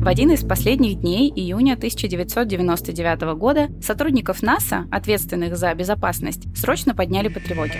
В один из последних дней июня 1999 года сотрудников НАСА, ответственных за безопасность, срочно подняли по тревоге.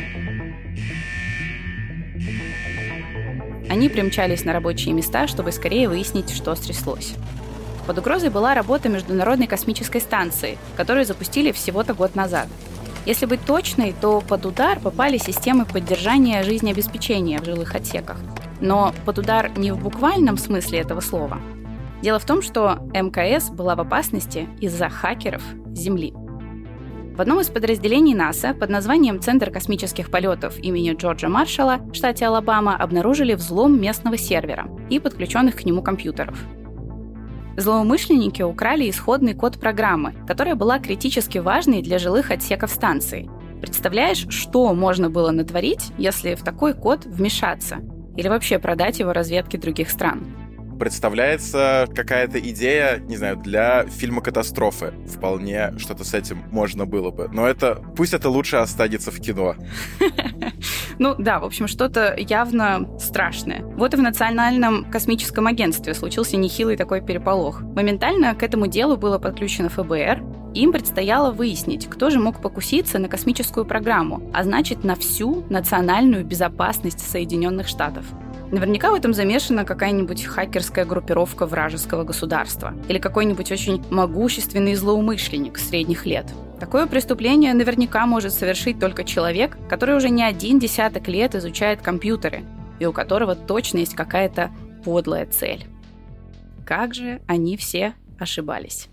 Они примчались на рабочие места, чтобы скорее выяснить, что стряслось. Под угрозой была работа Международной космической станции, которую запустили всего-то год назад. Если быть точной, то под удар попали системы поддержания жизнеобеспечения в жилых отсеках. Но под удар не в буквальном смысле этого слова. Дело в том, что МКС была в опасности из-за хакеров с Земли. В одном из подразделений НАСА под названием Центр космических полетов имени Джорджа Маршалла в штате Алабама обнаружили взлом местного сервера и подключенных к нему компьютеров. Злоумышленники украли исходный код программы, которая была критически важной для жилых отсеков станции. Представляешь, что можно было натворить, если в такой код вмешаться? Или вообще продать его разведке других стран? Представляется какая-то идея, не знаю, для фильма «Катастрофы». Вполне что-то с этим можно было бы. Но пусть это лучше останется в кино. Ну да, в общем, что-то явно страшное. Вот и в Национальном космическом агентстве случился нехилый такой переполох. Моментально к этому делу было подключено ФБР. Им предстояло выяснить, кто же мог покуситься на космическую программу, а значит, на всю национальную безопасность Соединенных Штатов. Наверняка в этом замешана какая-нибудь хакерская группировка вражеского государства или какой-нибудь очень могущественный злоумышленник средних лет. Такое преступление наверняка может совершить только человек, который уже не 10 лет изучает компьютеры и у которого точно есть какая-то подлая цель. Как же они все ошибались.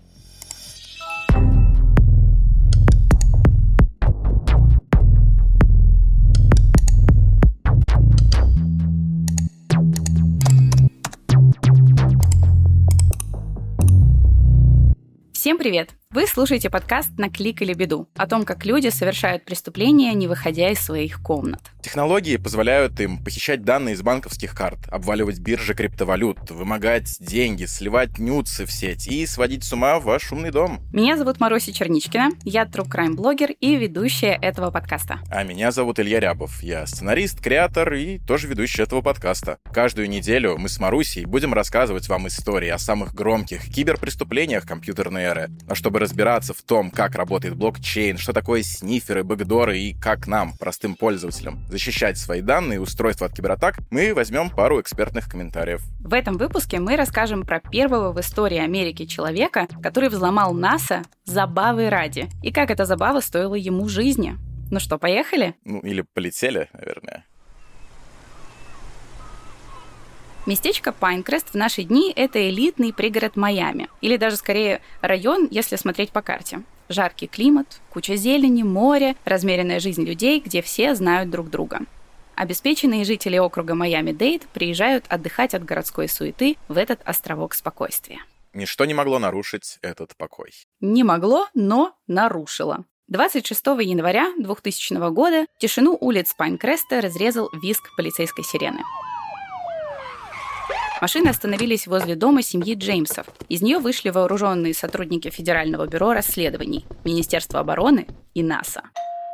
Всем привет! Вы слушаете подкаст «На клик или беду» о том, как люди совершают преступления, не выходя из своих комнат. Технологии позволяют им похищать данные из банковских карт, обваливать биржи криптовалют, вымогать деньги, сливать нюдсы в сеть и сводить с ума ваш умный дом. Меня зовут Маруся Черничкина, я true crime-блогер и ведущая этого подкаста. А меня зовут Илья Рябов, я сценарист, креатор и тоже ведущий этого подкаста. Каждую неделю мы с Марусей будем рассказывать вам истории о самых громких киберпреступлениях компьютерной эры. А чтобы разбираться в том, как работает блокчейн, что такое сниферы, бэкдоры и как нам, простым пользователям, защищать свои данные и устройства от кибератак, мы возьмем пару экспертных комментариев. В этом выпуске мы расскажем про первого в истории Америки человека, который взломал НАСА забавы ради, и как эта забава стоила ему жизни. Ну что, поехали? Или полетели, наверное. Местечко Пайнкрест в наши дни – это элитный пригород Майами. Или даже скорее район, если смотреть по карте. Жаркий климат, куча зелени, море, размеренная жизнь людей, где все знают друг друга. Обеспеченные жители округа Майами-Дейд приезжают отдыхать от городской суеты в этот островок спокойствия. Ничто не могло нарушить этот покой. Не могло, но нарушило. 26 января 2000 года тишину улиц Пайнкреста разрезал визг полицейской сирены. Машины остановились возле дома семьи Джеймсов. Из нее вышли вооруженные сотрудники Федерального бюро расследований, Министерства обороны и НАСА.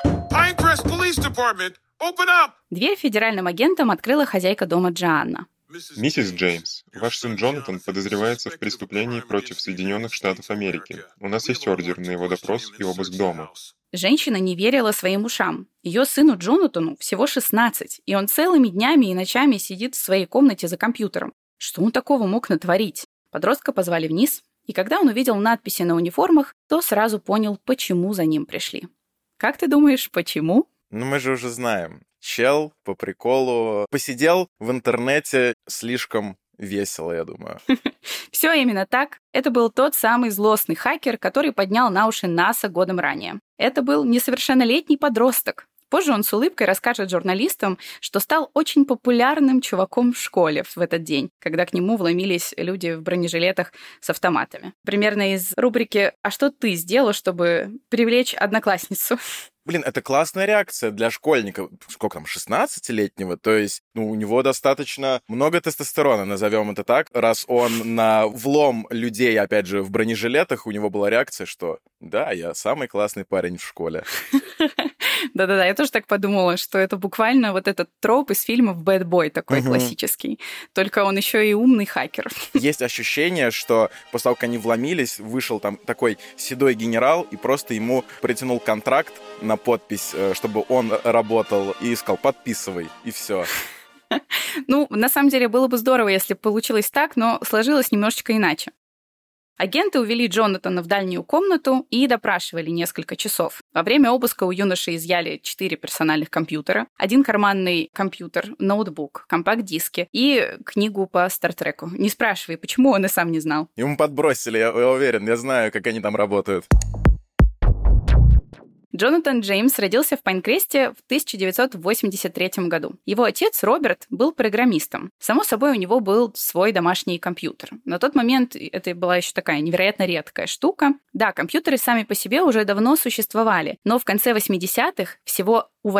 Дверь федеральным агентам открыла хозяйка дома Джоанна. Миссис Джеймс, ваш сын Джонатан подозревается в преступлении против Соединенных Штатов Америки. У нас есть ордер на его допрос и обыск дома. Женщина не верила своим ушам. Ее сыну Джонатану всего 16, и он целыми днями и ночами сидит в своей комнате за компьютером. Что он такого мог натворить? Подростка позвали вниз, и когда он увидел надписи на униформах, то сразу понял, почему за ним пришли. Как ты думаешь, почему? Мы же уже знаем. Чел по приколу посидел в интернете слишком весело, я думаю. Все именно так. Это был тот самый злостный хакер, который поднял на уши НАСА годом ранее. Это был несовершеннолетний подросток. Позже он с улыбкой расскажет журналистам, что стал очень популярным чуваком в школе в этот день, когда к нему вломились люди в бронежилетах с автоматами. Примерно из рубрики «А что ты сделал, чтобы привлечь одноклассницу?» Это классная реакция для школьника, 16-летнего, то есть, у него достаточно много тестостерона, назовем это так, раз он на влом людей, опять же, в бронежилетах, у него была реакция, что да, я самый классный парень в школе. Да-да-да, я тоже так подумала, что это буквально вот этот троп из фильмов «Bad Boy» такой классический. Только он еще и умный хакер. Есть ощущение, что после того, как они вломились, вышел там такой седой генерал и просто ему протянул контракт на подпись, чтобы он работал, и сказал: подписывай, и все. Ну, на самом деле, было бы здорово, если бы получилось так, но сложилось немножечко иначе. Агенты увели Джонатана в дальнюю комнату и допрашивали несколько часов. Во время обыска у юноши изъяли 4 персональных компьютера, 1 карманный компьютер, ноутбук, компакт-диски и книгу по Стартреку. Не спрашивай, почему, он и сам не знал. Ему подбросили, я уверен, я знаю, как они там работают. Джонатан Джеймс родился в Пайнкресте в 1983 году. Его отец, Роберт, был программистом. Само собой, у него был свой домашний компьютер. На тот момент это была еще такая невероятно редкая штука. Да, компьютеры сами по себе уже давно существовали, но в конце 80-х всего у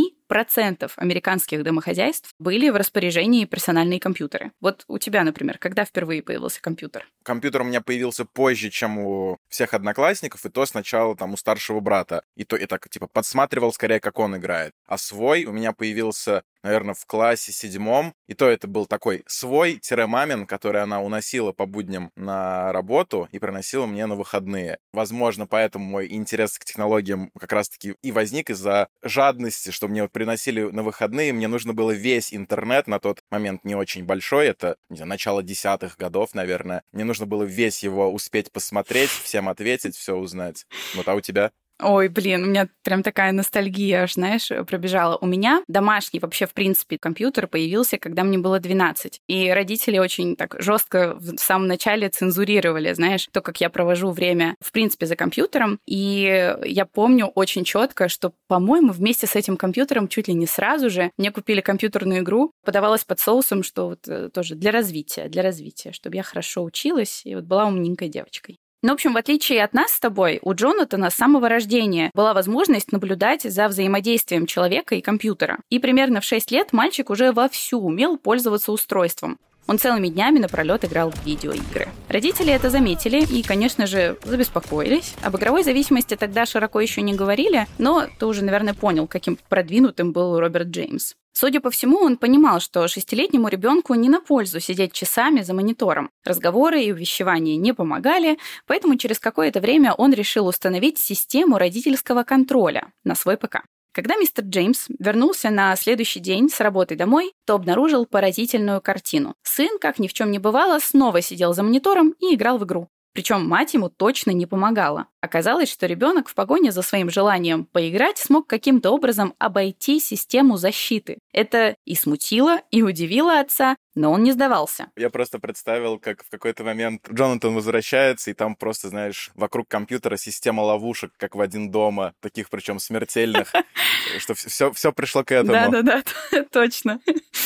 8% американских домохозяйств были в распоряжении персональные компьютеры. Вот у тебя, например, когда впервые появился компьютер? Компьютер у меня появился позже, чем у всех одноклассников, и то сначала там у старшего брата. И то я так, типа, подсматривал скорее, как он играет. А свой у меня появился, наверное, в классе 7, и то это был такой свой-мамин, который она уносила по будням на работу и приносила мне на выходные. Возможно, поэтому мой интерес к технологиям как раз-таки и возник из-за жадности, что мне вот приносили на выходные, мне нужно было весь интернет, на тот момент не очень большой, это, не знаю, начало 10-х годов, наверное. Мне нужно было весь его успеть посмотреть, всем ответить, все узнать. Вот, а у тебя? Ой, блин, у меня прям такая ностальгия аж, знаешь, пробежала. У меня домашний вообще, в принципе, компьютер появился, когда мне было 12. И родители очень так жестко в самом начале цензурировали, знаешь, то, как я провожу время, в принципе, за компьютером. И я помню очень четко, что, по-моему, вместе с этим компьютером чуть ли не сразу же мне купили компьютерную игру, подавалась под соусом, что вот тоже для развития, чтобы я хорошо училась и вот была умненькой девочкой. Ну, в общем, в отличие от нас с тобой, у Джонатана с самого рождения была возможность наблюдать за взаимодействием человека и компьютера. И примерно в 6 лет мальчик уже вовсю умел пользоваться устройством. Он целыми днями напролёт играл в видеоигры. Родители это заметили и, конечно же, забеспокоились. Об игровой зависимости тогда широко еще не говорили, но ты уже, наверное, понял, каким продвинутым был Роберт Джеймс. Судя по всему, он понимал, что 6-летнему ребенку не на пользу сидеть часами за монитором. Разговоры и увещевания не помогали, поэтому через какое-то время он решил установить систему родительского контроля на свой ПК. Когда мистер Джеймс вернулся на следующий день с работы домой, то обнаружил поразительную картину. Сын, как ни в чем не бывало, снова сидел за монитором и играл в игру. Причем мать ему точно не помогала. Оказалось, что ребенок в погоне за своим желанием поиграть смог каким-то образом обойти систему защиты. Это и смутило, и удивило отца, но он не сдавался. Я просто представил, как в какой-то момент Джонатан возвращается, и там просто, знаешь, вокруг компьютера система ловушек, как в «Один дома», таких причем смертельных, что все пришло к этому. Да-да-да, точно.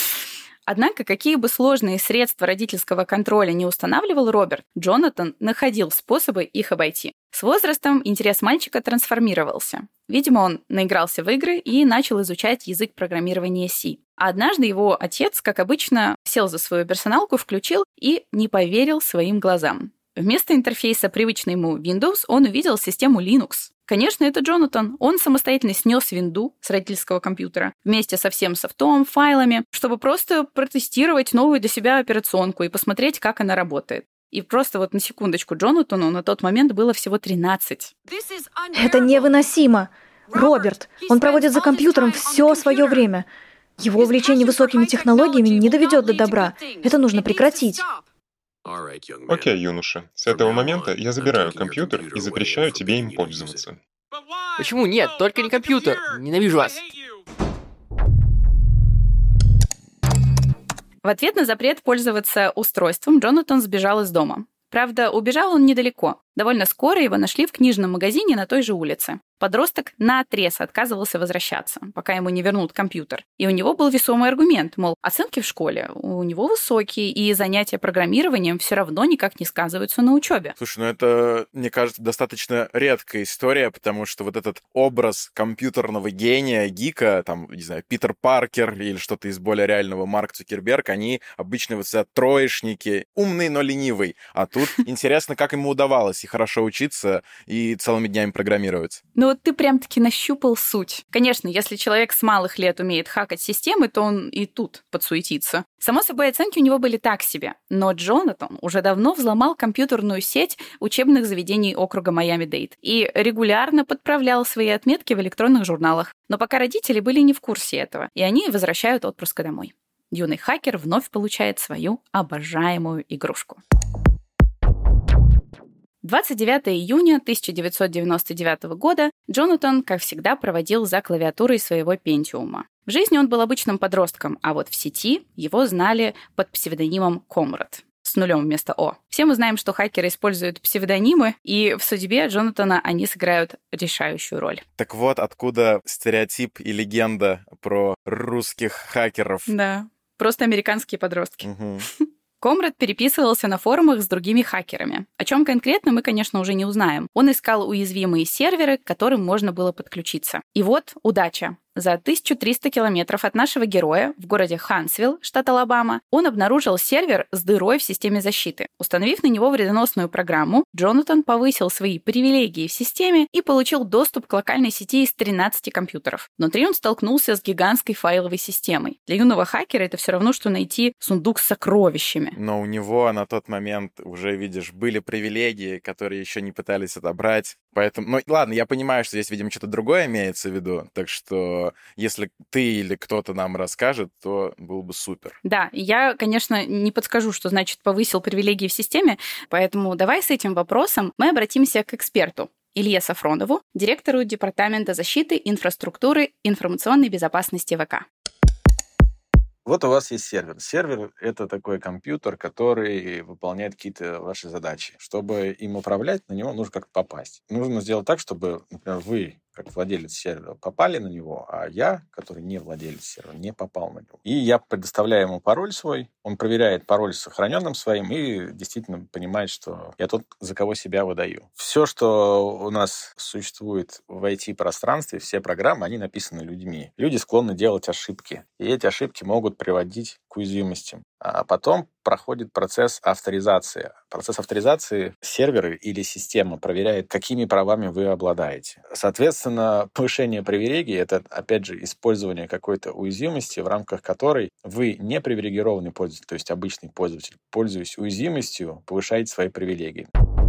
Однако, какие бы сложные средства родительского контроля не устанавливал Роберт, Джонатан находил способы их обойти. С возрастом интерес мальчика трансформировался. Видимо, он наигрался в игры и начал изучать язык программирования C. А однажды его отец, как обычно, сел за свою персоналку, включил и не поверил своим глазам. Вместо интерфейса, привычной ему Windows, он увидел систему Linux. Конечно, это Джонатан. Он самостоятельно снес винду с родительского компьютера вместе со всем софтом, файлами, чтобы просто протестировать новую для себя операционку и посмотреть, как она работает. И просто вот на секундочку, Джонатану на тот момент было всего 13. Это невыносимо. Роберт, он проводит за компьютером все свое время. Его увлечение высокими технологиями не доведет до добра. Это нужно прекратить. Окей, юноша, с этого момента я забираю компьютер и запрещаю тебе им пользоваться. Почему нет? Только не компьютер. Ненавижу вас. В ответ на запрет пользоваться устройством Джонатан сбежал из дома. Правда, убежал он недалеко. Довольно скоро его нашли в книжном магазине на той же улице. Подросток наотрез отказывался возвращаться, пока ему не вернут компьютер. И у него был весомый аргумент, мол, оценки в школе у него высокие, и занятия программированием все равно никак не сказываются на учебе. Слушай, ну это, мне кажется, достаточно редкая история, потому что вот этот образ компьютерного гения, гика, там, не знаю, Питер Паркер или что-то из более реального, Марк Цукерберг, они обычно вот троечники, умный, но ленивый. А тут интересно, как ему удавалось. И хорошо учиться и целыми днями программировать. Ну вот ты прям-таки нащупал суть. Конечно, если человек с малых лет умеет хакать системы, то он и тут подсуетится. Само собой, оценки у него были так себе, но Джонатан уже давно взломал компьютерную сеть учебных заведений округа Майами-Дейд и регулярно подправлял свои отметки в электронных журналах. Но пока родители были не в курсе этого, и они возвращают отпрыска домой. Юный хакер вновь получает свою обожаемую игрушку. 29 июня 1999 года Джонатан, как всегда, проводил за клавиатурой своего Пентиума. В жизни он был обычным подростком, а вот в сети его знали под псевдонимом Комрад с нулем вместо «о». Все мы знаем, что хакеры используют псевдонимы, и в судьбе Джонатана они сыграют решающую роль. Так вот, откуда стереотип и легенда про русских хакеров. Да, просто американские подростки. Угу. Комрад переписывался на форумах с другими хакерами. О чем конкретно мы, конечно, уже не узнаем. Он искал уязвимые серверы, к которым можно было подключиться. И вот удача. За 1300 километров от нашего героя в городе Хансвилл, штат Алабама, он обнаружил сервер с дырой в системе защиты. Установив на него вредоносную программу, Джонатан повысил свои привилегии в системе и получил доступ к локальной сети из 13 компьютеров. Внутри он столкнулся с гигантской файловой системой. Для юного хакера это все равно, что найти сундук с сокровищами. Но у него на тот момент уже, видишь, были привилегии, которые еще не пытались отобрать. Поэтому, ну ладно, я понимаю, что здесь, видимо, что-то другое имеется в виду, так что если ты или кто-то нам расскажет, то было бы супер. Да, я, конечно, не подскажу, что значит повысил привилегии в системе, поэтому давай с этим вопросом мы обратимся к эксперту Илье Сафронову, директору Департамента защиты инфраструктуры информационной безопасности ВК. Вот у вас есть сервер. Сервер — это такой компьютер, который выполняет какие-то ваши задачи. Чтобы им управлять, на него нужно как-то попасть. Нужно сделать так, чтобы, например, вы, как владелец сервера, попали на него, а я, который не владелец сервера, не попал на него. И я предоставляю ему пароль свой, он проверяет пароль с сохраненным своим и действительно понимает, что я тот, за кого себя выдаю. Все, что у нас существует в IT-пространстве, все программы, они написаны людьми. Люди склонны делать ошибки, и эти ошибки могут приводить к уязвимостям. А потом проходит процесс авторизации. Процесс авторизации сервера или система проверяет, какими правами вы обладаете. Соответственно, повышение привилегий — это, опять же, использование какой-то уязвимости, в рамках которой вы не привилегированный пользователь, то есть обычный пользователь, пользуясь уязвимостью, повышаете свои привилегии.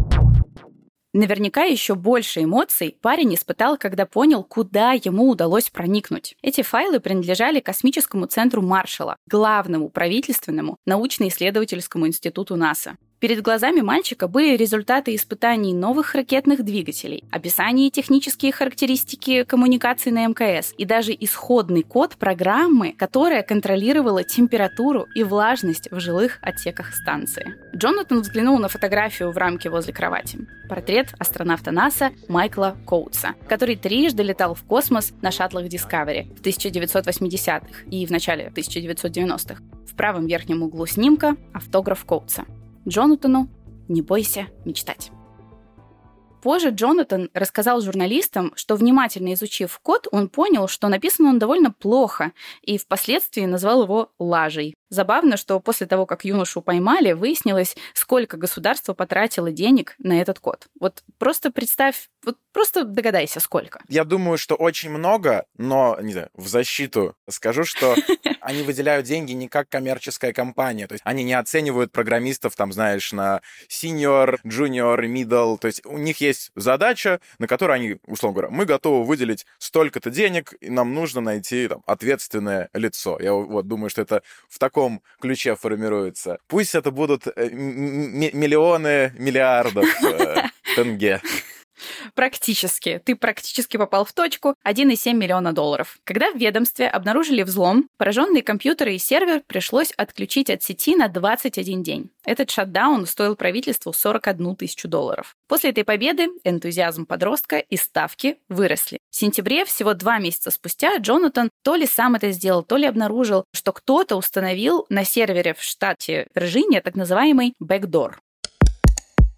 Наверняка еще больше эмоций парень испытал, когда понял, куда ему удалось проникнуть. Эти файлы принадлежали космическому центру Маршалла, главному правительственному научно-исследовательскому институту НАСА. Перед глазами мальчика были результаты испытаний новых ракетных двигателей, описание и технические характеристики коммуникаций на МКС и даже исходный код программы, которая контролировала температуру и влажность в жилых отсеках станции. Джонатан взглянул на фотографию в рамке возле кровати. Портрет астронавта НАСА Майкла Коутса, который трижды летал в космос на шаттлах Discovery в 1980-х и в начале 1990-х. В правом верхнем углу снимка автограф Коутса. Джонатану не бойся мечтать. Позже Джонатан рассказал журналистам, что, внимательно изучив код, он понял, что написан он довольно плохо, и впоследствии назвал его лажей. Забавно, что после того, как юношу поймали, выяснилось, сколько государство потратило денег на этот код. Вот просто представь, вот просто догадайся, сколько. Я думаю, что очень много, но, не знаю, в защиту скажу, что они выделяют деньги не как коммерческая компания. То есть они не оценивают программистов, там, знаешь, на senior, junior, middle. То есть у них есть задача, на которую они, условно говоря, мы готовы выделить столько-то денег, и нам нужно найти там ответственное лицо. Я вот думаю, что это в таком ключе формируется. Пусть это будут миллионы, миллиардов тенге. Практически. Ты практически попал в точку. 1,7 миллиона долларов. Когда в ведомстве обнаружили взлом, пораженные компьютеры и сервер пришлось отключить от сети на 21 день. Этот шатдаун стоил правительству 41 тысячу долларов. После этой победы энтузиазм подростка и ставки выросли. В сентябре, всего 2 месяца спустя, Джонатан то ли сам это сделал, то ли обнаружил, что кто-то установил на сервере в штате Вирджиния так называемый бэкдор.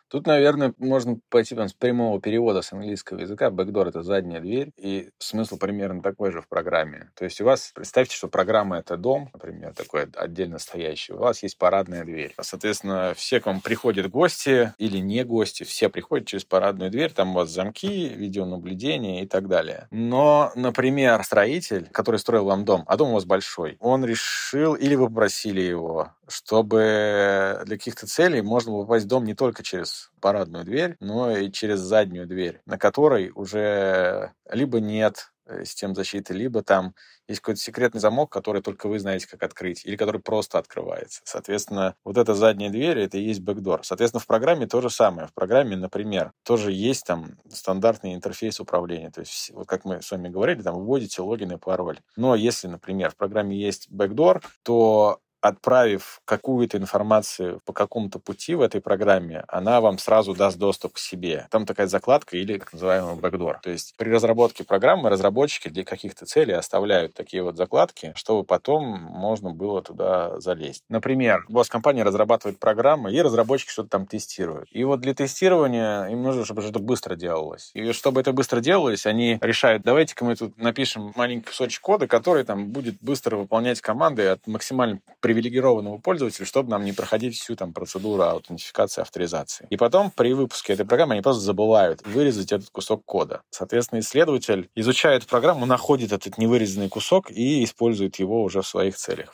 Тут, наверное, можно пойти с прямого перевода с английского языка. Backdoor — это задняя дверь, и смысл примерно такой же в программе. То есть у вас, представьте, что программа — это дом, например, такой отдельно стоящий. У вас есть парадная дверь. Соответственно, все к вам приходят гости или не гости, все приходят через парадную дверь, там у вас замки, видеонаблюдение и так далее. Но, например, строитель, который строил вам дом, а дом у вас большой, он решил, или вы попросили его, чтобы для каких-то целей можно было попасть в дом не только через парадную дверь, но и через заднюю дверь, на которой уже либо нет систем защиты, либо там есть какой-то секретный замок, который только вы знаете, как открыть, или который просто открывается. Соответственно, вот эта задняя дверь — это и есть бэкдор. Соответственно, в программе то же самое. В программе, например, тоже есть там стандартный интерфейс управления. То есть, вот как мы с вами говорили, там вводите логин и пароль. Но если, например, в программе есть бэкдор, то отправив какую-то информацию по какому-то пути в этой программе, она вам сразу даст доступ к себе. Там такая закладка или так называемый бэкдор. То есть при разработке программы разработчики для каких-то целей оставляют такие вот закладки, чтобы потом можно было туда залезть. Например, у вас компания разрабатывает программы, и разработчики что-то там тестируют. И вот для тестирования им нужно, чтобы это быстро делалось. И чтобы это быстро делалось, они решают, давайте-ка мы тут напишем маленький кусочек кода, который там будет быстро выполнять команды от максимально привилегированного пользователя, чтобы нам не проходить всю там процедуру аутентификации, авторизации. И потом при выпуске этой программы они просто забывают вырезать этот кусок кода. Соответственно, исследователь изучает программу, находит этот невырезанный кусок и использует его уже в своих целях.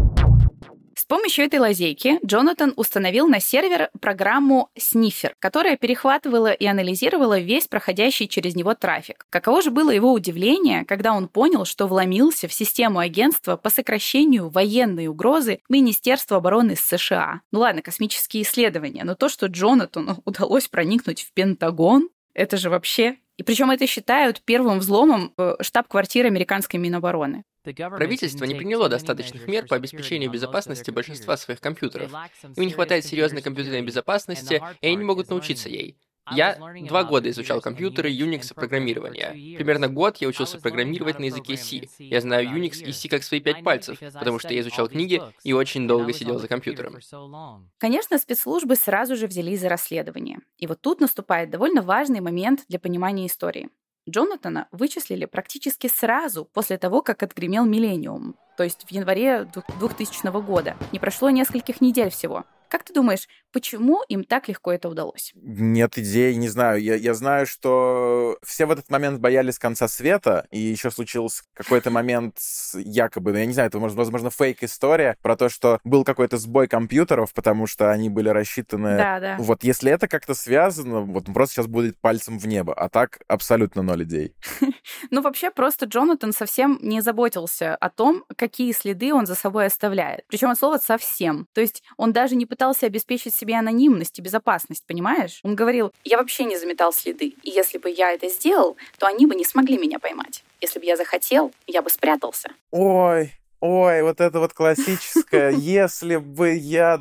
С помощью этой лазейки Джонатан установил на сервер программу Sniffer, которая перехватывала и анализировала весь проходящий через него трафик. Каково же было его удивление, когда он понял, что вломился в систему агентства по сокращению военной угрозы Министерства обороны США. Ну ладно, космические исследования, но то, что Джонатану удалось проникнуть в Пентагон, это же вообще... И причем это считают первым взломом штаб-квартиры американской Минобороны. Правительство не приняло достаточных мер по обеспечению безопасности большинства своих компьютеров. Им не хватает серьезной компьютерной безопасности, и они не могут научиться ей. Я 2 года изучал компьютеры, Unix и программирование. Примерно год я учился программировать на языке C. Я знаю Unix и C как свои 5 пальцев, потому что я изучал книги и очень долго сидел за компьютером. Конечно, спецслужбы сразу же взялись за расследование. И вот тут наступает довольно важный момент для понимания истории. Джонатана вычислили практически сразу после того, как отгремел «Миллениум», то есть в январе 2000 года. Не прошло нескольких недель всего. Как ты думаешь, почему им так легко это удалось? Нет идей, не знаю. Я знаю, что все в этот момент боялись конца света, и еще случился какой-то момент якобы, я не знаю, это, возможно, фейк-история про то, что был какой-то сбой компьютеров, потому что они были рассчитаны... Да. Вот если это как-то связано, вот просто сейчас будет пальцем в небо, а так абсолютно 0 идей. Ну, вообще, просто Джонатан совсем не заботился о том, какие следы он за собой оставляет. Причем от слова «совсем». То есть он даже не пытался обеспечить себе анонимность и безопасность, понимаешь? Он говорил, я вообще не заметал следы, и если бы я это сделал, то они бы не смогли меня поймать. Если бы я захотел, я бы спрятался. Ой, вот это вот классическое, если бы я,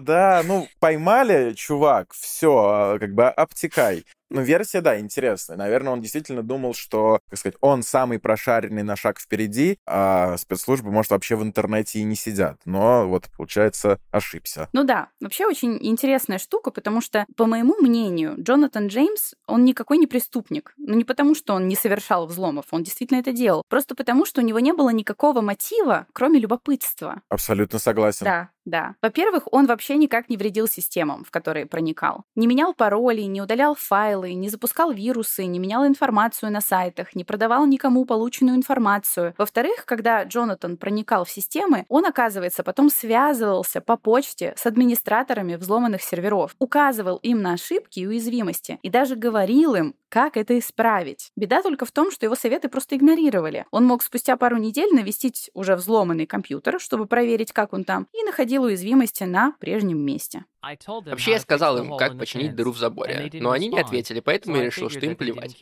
поймали, чувак, все, как бы обтекай. Версия, да, интересная. Наверное, он действительно думал, что, как сказать, он самый прошаренный на шаг впереди, а спецслужбы, может, вообще в интернете и не сидят. Но вот, получается, ошибся. Ну да, вообще очень интересная штука, потому что, по моему мнению, Джонатан Джеймс, он никакой не преступник. Ну не потому, что он не совершал взломов, он действительно это делал. Просто потому, что у него не было никакого мотива, кроме любопытства. Абсолютно согласен. Да. Во-первых, он вообще никак не вредил системам, в которые проникал. Не менял пароли, не удалял файлы, не запускал вирусы, не менял информацию на сайтах, не продавал никому полученную информацию. Во-вторых, когда Джонатан проникал в системы, он, оказывается, потом связывался по почте с администраторами взломанных серверов, указывал им на ошибки и уязвимости и даже говорил им, как это исправить. Беда только в том, что его советы просто игнорировали. Он мог спустя пару недель навестить уже взломанный компьютер, чтобы проверить, как он там, и находил уязвимости на прежнем месте. Вообще, я сказал им, как починить дыру в заборе, но они не ответили, поэтому я решил, что им плевать.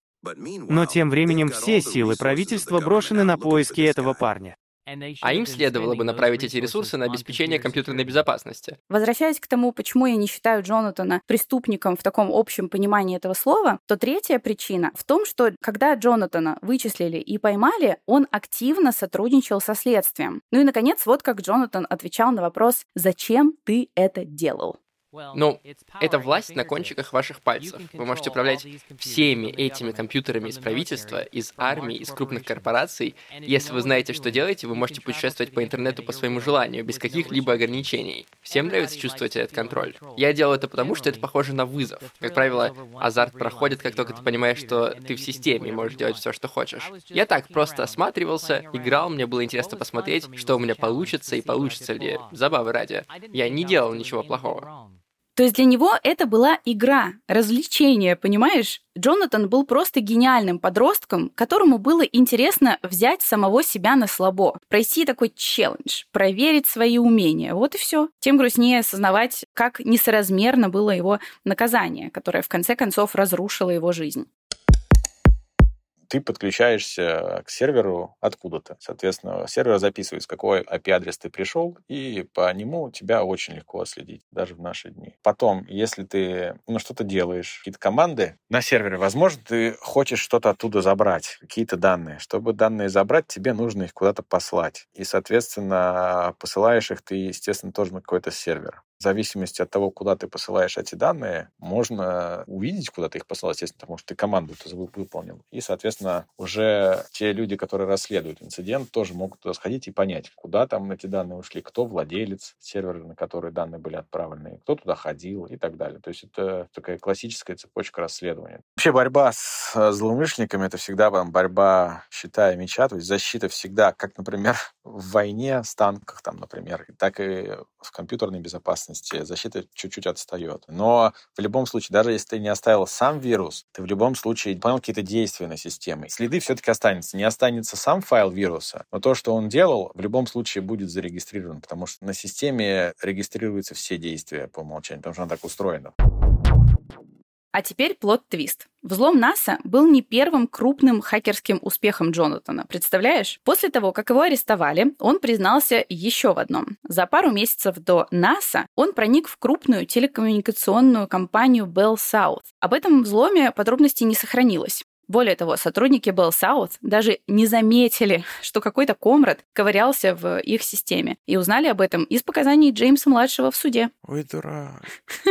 Но тем временем все силы правительства брошены на поиски этого парня. А им следовало бы направить эти ресурсы на обеспечение компьютерной безопасности. Возвращаясь к тому, почему я не считаю Джонатана преступником в таком общем понимании этого слова, то третья причина в том, что когда Джонатана вычислили и поймали, он активно сотрудничал со следствием. Ну и, наконец, вот как Джонатан отвечал на вопрос «Зачем ты это делал?». Ну, это власть на кончиках ваших пальцев. Вы можете управлять всеми этими компьютерами из правительства, из армии, из крупных корпораций. Если вы знаете, что делаете, вы можете путешествовать по интернету по своему желанию, без каких-либо ограничений. Всем нравится чувствовать этот контроль. Я делал это потому, что это похоже на вызов. Как правило, азарт проходит, как только ты понимаешь, что ты в системе и можешь делать все, что хочешь. Я так просто осматривался, играл, мне было интересно посмотреть, что у меня получится и получится ли, забавы ради. Я не делал ничего плохого. То есть для него это была игра, развлечение, понимаешь? Джонатан был просто гениальным подростком, которому было интересно взять самого себя на слабо, пройти такой челлендж, проверить свои умения. Вот и все. Тем грустнее осознавать, как несоразмерно было его наказание, которое в конце концов разрушило его жизнь. Ты подключаешься к серверу откуда-то. Соответственно, сервер записывает, с какой IP-адрес ты пришел, и по нему тебя очень легко отследить, даже в наши дни. Потом, если ты что-то делаешь, какие-то команды на сервере, возможно, ты хочешь что-то оттуда забрать, какие-то данные. Чтобы данные забрать, тебе нужно их куда-то послать. И, соответственно, посылаешь их ты, естественно, тоже на какой-то сервер. В зависимости от того, куда ты посылаешь эти данные, можно увидеть, куда ты их послал, естественно, потому что ты команду выполнил. И, соответственно, уже те люди, которые расследуют инцидент, тоже могут туда сходить и понять, куда там эти данные ушли, кто владелец сервера, на который данные были отправлены, кто туда ходил и так далее. То есть это такая классическая цепочка расследования. Вообще борьба с злоумышленниками — это всегда борьба щита и меча, то есть защита всегда, как, например, в войне с танках, например, так и в компьютерной безопасности. Защита чуть-чуть отстает. Но в любом случае, даже если ты не оставил сам вирус, ты в любом случае понял какие-то действия на системе. Следы все-таки останутся. Не останется сам файл вируса, но то, что он делал, в любом случае будет зарегистрировано, потому что на системе регистрируются все действия по умолчанию, потому что она так устроена. А теперь плот-твист. Взлом НАСА был не первым крупным хакерским успехом Джонатана. Представляешь? После того, как его арестовали, он признался еще в одном. За пару месяцев до НАСА он проник в крупную телекоммуникационную компанию Bell South. Об этом взломе подробностей не сохранилось. Более того, сотрудники Bell South даже не заметили, что какой-то комрад ковырялся в их системе. И узнали об этом из показаний Джеймса-младшего в суде. Ой, дурак.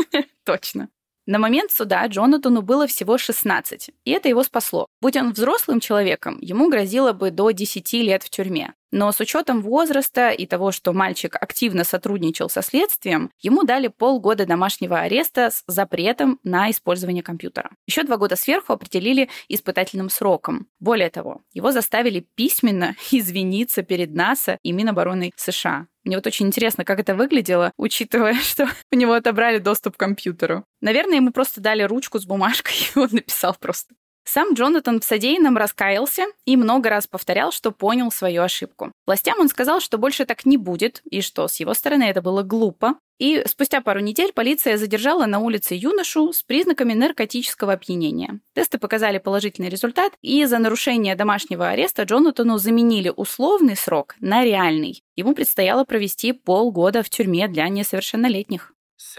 Точно. На момент суда Джонатану было всего 16, и это его спасло. Будь он взрослым человеком, ему грозило бы до 10 лет в тюрьме. Но с учетом возраста и того, что мальчик активно сотрудничал со следствием, ему дали полгода домашнего ареста с запретом на использование компьютера. Еще 2 года сверху определили испытательным сроком. Более того, его заставили письменно извиниться перед НАСА и Минобороны США. Мне очень интересно, как это выглядело, учитывая, что у него отобрали доступ к компьютеру. Наверное, ему просто дали ручку с бумажкой, и он написал просто. Сам Джонатан в содеянном раскаялся и много раз повторял, что понял свою ошибку. Властям он сказал, что больше так не будет, и что с его стороны это было глупо. И спустя пару недель полиция задержала на улице юношу с признаками наркотического опьянения. Тесты показали положительный результат, и за нарушение домашнего ареста Джонатану заменили условный срок на реальный. Ему предстояло провести полгода в тюрьме для несовершеннолетних.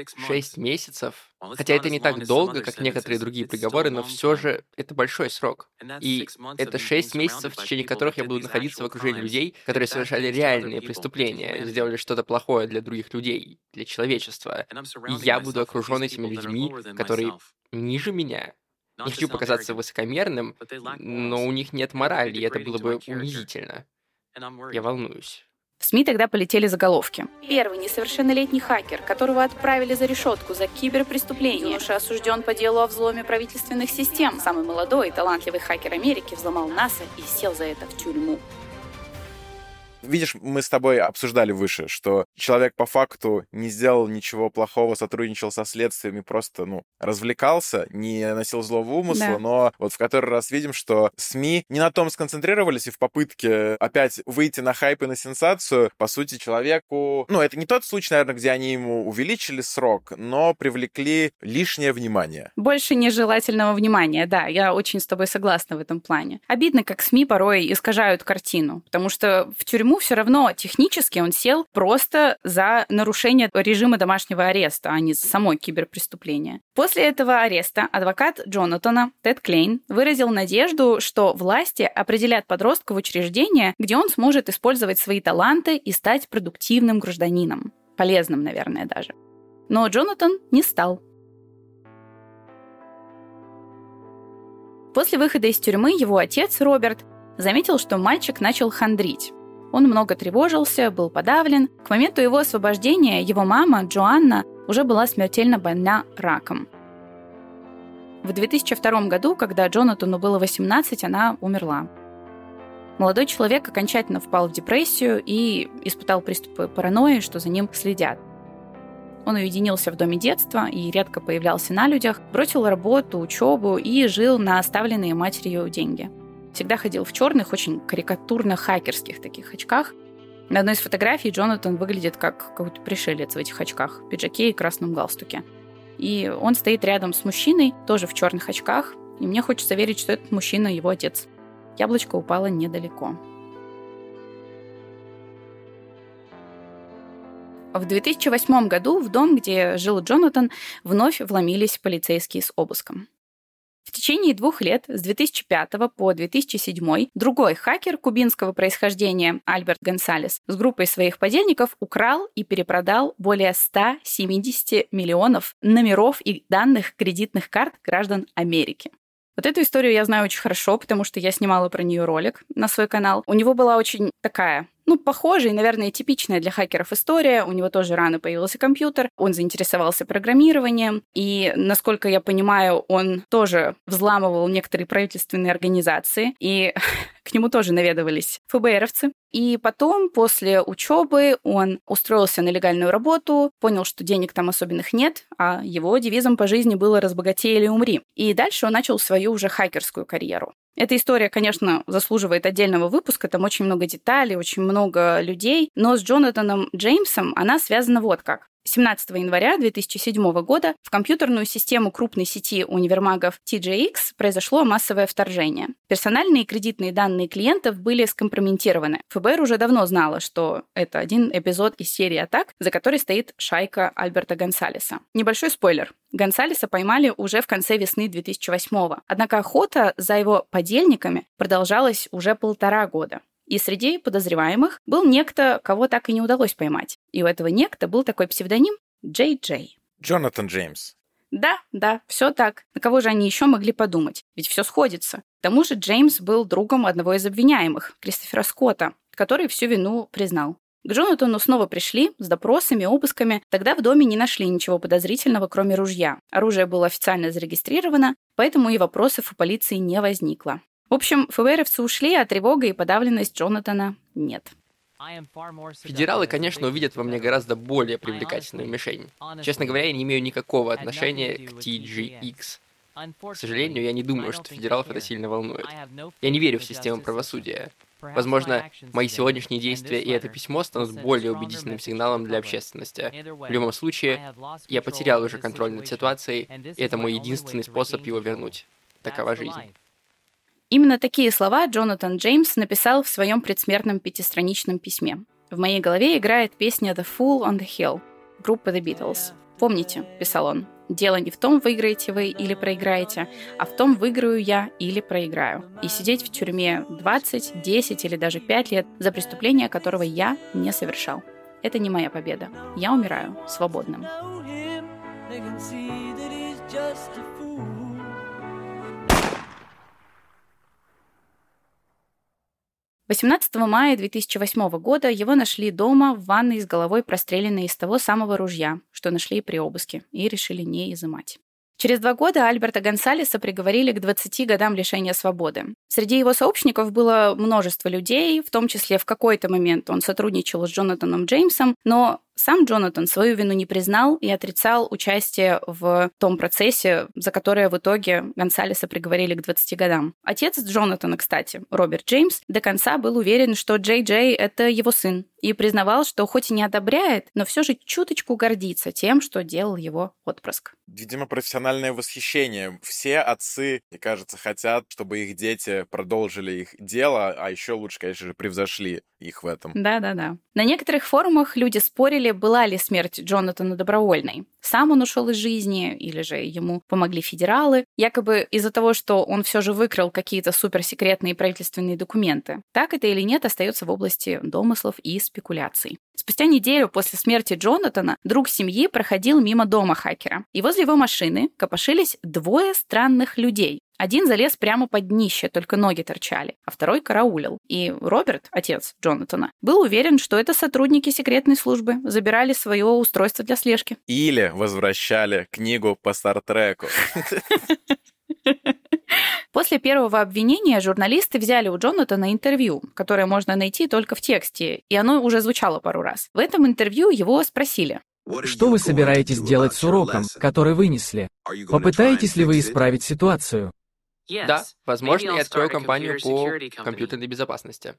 6 месяцев. Хотя это не так долго, как некоторые другие приговоры, но все же это большой срок. И это 6 месяцев, в течение которых я буду находиться в окружении людей, которые совершали реальные преступления, сделали что-то плохое для других людей, для человечества. И я буду окружен этими людьми, которые ниже меня. Не хочу показаться высокомерным, но у них нет морали, и это было бы унизительно. Я волнуюсь. В СМИ тогда полетели заголовки. Первый несовершеннолетний хакер, которого отправили за решетку за киберпреступление. Юноша осужден по делу о взломе правительственных систем. Самый молодой и талантливый хакер Америки взломал НАСА и сел за это в тюрьму. Видишь, мы с тобой обсуждали выше, что человек по факту не сделал ничего плохого, сотрудничал со следствием и просто, развлекался, не носил злого умысла, Да. но вот в который раз видим, что СМИ не на том сконцентрировались, и в попытке опять выйти на хайп и на сенсацию, по сути, человеку... это не тот случай, наверное, где они ему увеличили срок, но привлекли лишнее внимание. Больше нежелательного внимания, да, я очень с тобой согласна в этом плане. Обидно, как СМИ порой искажают картину, потому что в тюрьму все равно технически он сел просто за нарушение режима домашнего ареста, а не за само киберпреступление. После этого ареста адвокат Джонатана Тед Клейн выразил надежду, что власти определят подростка в учреждение, где он сможет использовать свои таланты и стать продуктивным гражданином. Полезным, наверное, даже. Но Джонатан не стал. После выхода из тюрьмы его отец, Роберт, заметил, что мальчик начал хандрить. Он много тревожился, был подавлен. К моменту его освобождения его мама, Джоанна, уже была смертельно больна раком. В 2002 году, когда Джонатану было 18, она умерла. Молодой человек окончательно впал в депрессию и испытал приступы паранойи, что за ним следят. Он уединился в доме детства и редко появлялся на людях, бросил работу, учебу и жил на оставленные матерью деньги. Всегда ходил в черных, очень карикатурно-хакерских таких очках. На одной из фотографий Джонатан выглядит как какой-то пришелец в этих очках, в пиджаке и красном галстуке. И он стоит рядом с мужчиной, тоже в черных очках, и мне хочется верить, что этот мужчина его отец. Яблочко упало недалеко. В 2008 году в дом, где жил Джонатан, вновь вломились полицейские с обыском. В течение 2 лет, с 2005 по 2007, другой хакер кубинского происхождения Альберт Гонсалес с группой своих подельников украл и перепродал более 170 миллионов номеров и данных кредитных карт граждан Америки. Вот эту историю я знаю очень хорошо, потому что я снимала про нее ролик на свой канал. У него была очень такая, похожая и, наверное, типичная для хакеров история. У него тоже рано появился компьютер, он заинтересовался программированием, и, насколько я понимаю, он тоже взламывал некоторые правительственные организации, и к нему тоже наведывались ФБРовцы. И потом, после учебы, он устроился на легальную работу, понял, что денег там особенных нет, а его девизом по жизни было «разбогатей или умри». И дальше он начал свою уже хакерскую карьеру. Эта история, конечно, заслуживает отдельного выпуска, там очень много деталей, очень много людей, но с Джонатаном Джеймсом она связана вот как. 17 января 2007 года в компьютерную систему крупной сети универмагов TJX произошло массовое вторжение. Персональные и кредитные данные клиентов были скомпрометированы. ФБР уже давно знало, что это один эпизод из серии атак, за которой стоит шайка Альберта Гонсалеса. Небольшой спойлер. Гонсалеса поймали уже в конце весны 2008-го. Однако охота за его подельниками продолжалась уже 1,5 года. И среди подозреваемых был некто, кого так и не удалось поймать. И у этого некто был такой псевдоним Джей Джей. Джонатан Джеймс. Да, все так. На кого же они еще могли подумать? Ведь все сходится. К тому же Джеймс был другом одного из обвиняемых, Кристофера Скотта, который всю вину признал. К Джонатану снова пришли с допросами, обысками. Тогда в доме не нашли ничего подозрительного, кроме ружья. Оружие было официально зарегистрировано, поэтому и вопросов у полиции не возникло. В общем, ФБРовцы ушли, а тревога и подавленность Джонатана нет. Федералы, конечно, увидят во мне гораздо более привлекательную мишень. Честно говоря, я не имею никакого отношения к TJX. К сожалению, я не думаю, что федералов это сильно волнует. Я не верю в систему правосудия. Возможно, мои сегодняшние действия и это письмо станут более убедительным сигналом для общественности. В любом случае, я потерял уже контроль над ситуацией, и это мой единственный способ его вернуть. Такова жизнь. Именно такие слова Джонатан Джеймс написал в своем предсмертном 5-страничном письме. В моей голове играет песня «The Fool on the Hill» группы The Beatles. «Помните», — писал он, — «дело не в том, выиграете вы или проиграете, а в том, выиграю я или проиграю. И сидеть в тюрьме 20, 10 или даже 5 лет за преступление, которого я не совершал. Это не моя победа. Я умираю свободным». 18 мая 2008 года его нашли дома в ванной с головой, простреленной из того самого ружья, что нашли при обыске, и решили не изымать. Через 2 года Альберта Гонсалеса приговорили к 20 годам лишения свободы. Среди его сообщников было множество людей, в том числе в какой-то момент он сотрудничал с Джонатаном Джеймсом, но сам Джонатан свою вину не признал и отрицал участие в том процессе, за которое в итоге Гонсалеса приговорили к 20 годам. Отец Джонатана, кстати, Роберт Джеймс, до конца был уверен, что Джей Джей — это его сын, и признавал, что хоть и не одобряет, но все же чуточку гордится тем, что делал его отпрыск. Видимо, профессиональное восхищение. Все отцы, мне кажется, хотят, чтобы их дети продолжили их дело, а еще лучше, конечно же, превзошли их в этом. Да-да-да. На некоторых форумах люди спорили, была ли смерть Джонатана добровольной. Сам он ушел из жизни, или же ему помогли федералы, якобы из-за того, что он все же выкрал какие-то суперсекретные правительственные документы. Так это или нет, остается в области домыслов и спекуляций. Спустя неделю после смерти Джонатана друг семьи проходил мимо дома хакера, и возле его машины копошились двое странных людей. Один залез прямо под днище, только ноги торчали, а второй караулил. И Роберт, отец Джонатана, был уверен, что это сотрудники секретной службы, забирали свое устройство для слежки. Или возвращали книгу по Стартреку. После первого обвинения журналисты взяли у Джонатана интервью, которое можно найти только в тексте, и оно уже звучало пару раз. В этом интервью его спросили: что вы собираетесь делать с уроком, который вынесли? Попытаетесь ли вы исправить ситуацию? Да, возможно, я открою компанию по компьютерной безопасности.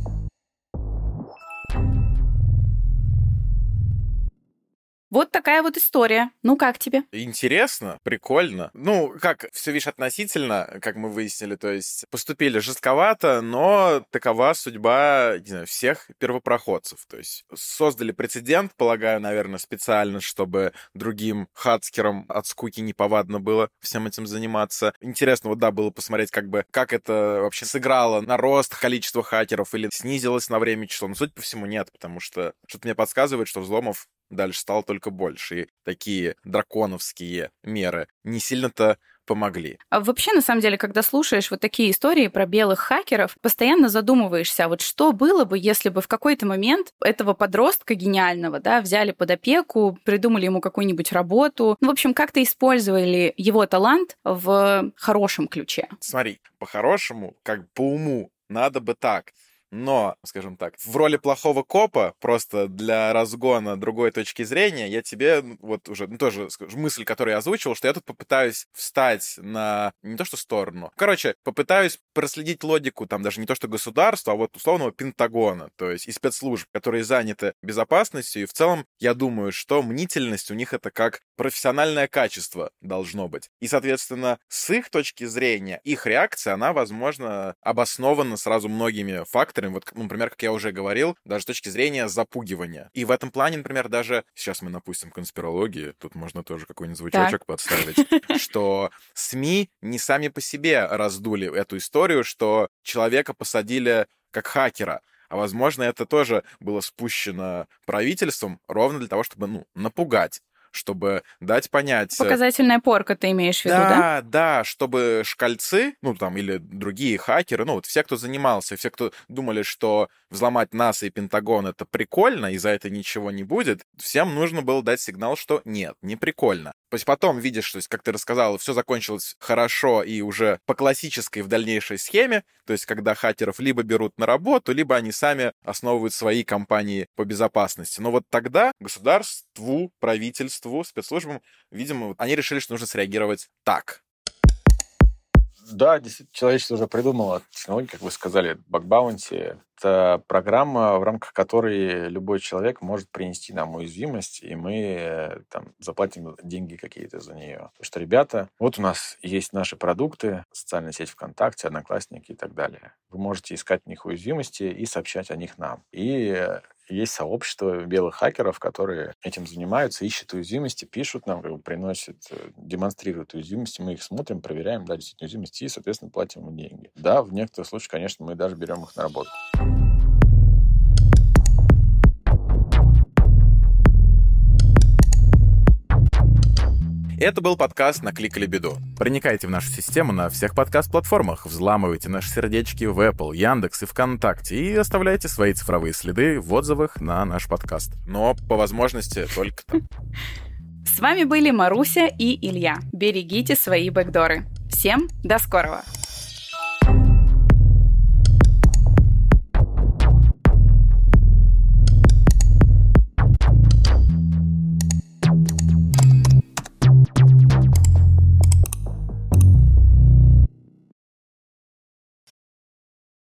Вот такая вот история. Ну, как тебе? Интересно, прикольно. Ну, как, все, видишь, относительно, как мы выяснили, то есть поступили жестковато, но такова судьба, не знаю, всех первопроходцев. То есть создали прецедент, полагаю, наверное, специально, чтобы другим хацкерам от скуки неповадно было всем этим заниматься. Интересно, вот да, было посмотреть, как это вообще сыграло на рост количества хакеров или снизилось на время число. Но, судя по всему, нет, потому что что-то мне подсказывает, что взломов дальше стало только больше. И такие драконовские меры не сильно-то помогли. А вообще, на самом деле, когда слушаешь вот такие истории про белых хакеров, постоянно задумываешься, вот что было бы, если бы в какой-то момент этого подростка гениального, да, взяли под опеку, придумали ему какую-нибудь работу, в общем, как-то использовали его талант в хорошем ключе. Смотри, по-хорошему, как по уму, надо бы так. Но, скажем так, в роли плохого копа, просто для разгона другой точки зрения, я тебе вот уже, тоже скажу, мысль, которую я озвучил, что я тут попытаюсь встать на не то что сторону. Короче, попытаюсь проследить логику, там даже не то что государства, а вот условного Пентагона, то есть и спецслужб, которые заняты безопасностью. И в целом, я думаю, что мнительность у них это как профессиональное качество должно быть. И, соответственно, с их точки зрения, их реакция, она, возможно, обоснована сразу многими факторами. Вот, например, как я уже говорил, даже с точки зрения запугивания. И в этом плане, например, даже... Сейчас мы напустим конспирологии, тут можно тоже какой-нибудь звучочек подставить, что СМИ не сами по себе раздули эту историю, что человека посадили как хакера. А, возможно, это тоже было спущено правительством ровно для того, чтобы, напугать, чтобы дать понять... Показательная порка ты имеешь в виду, да? Да, чтобы шкальцы, или другие хакеры, вот все, кто занимался, все, кто думали, что взломать НАСА и Пентагон — это прикольно, и за это ничего не будет, всем нужно было дать сигнал, что нет, не прикольно. То есть потом видишь, что, как ты рассказала, все закончилось хорошо и уже по классической в дальнейшей схеме, то есть когда хакеров либо берут на работу, либо они сами основывают свои компании по безопасности. Но вот тогда государству, правительству, спецслужбам, видимо, они решили, что нужно среагировать так. Да, действительно, человечество уже придумало технологию, как вы сказали, баг-баунти. Это программа, в рамках которой любой человек может принести нам уязвимость, и мы заплатим деньги какие-то за нее. Потому что, ребята, вот у нас есть наши продукты, социальная сеть ВКонтакте, Одноклассники и так далее. Вы можете искать в них уязвимости и сообщать о них нам. И есть сообщество белых хакеров, которые этим занимаются, ищут уязвимости, пишут нам, приносят, демонстрируют уязвимости, мы их смотрим, проверяем, да, действительно уязвимости, и, соответственно, платим им деньги. Да, в некоторых случаях, конечно, мы даже берем их на работу. Это был подкаст «Накликали беду». Проникайте в нашу систему на всех подкаст-платформах, взламывайте наши сердечки в Apple, Яндекс и ВКонтакте и оставляйте свои цифровые следы в отзывах на наш подкаст. Но по возможности только там. С вами были Маруся и Илья. Берегите свои бэкдоры. Всем до скорого!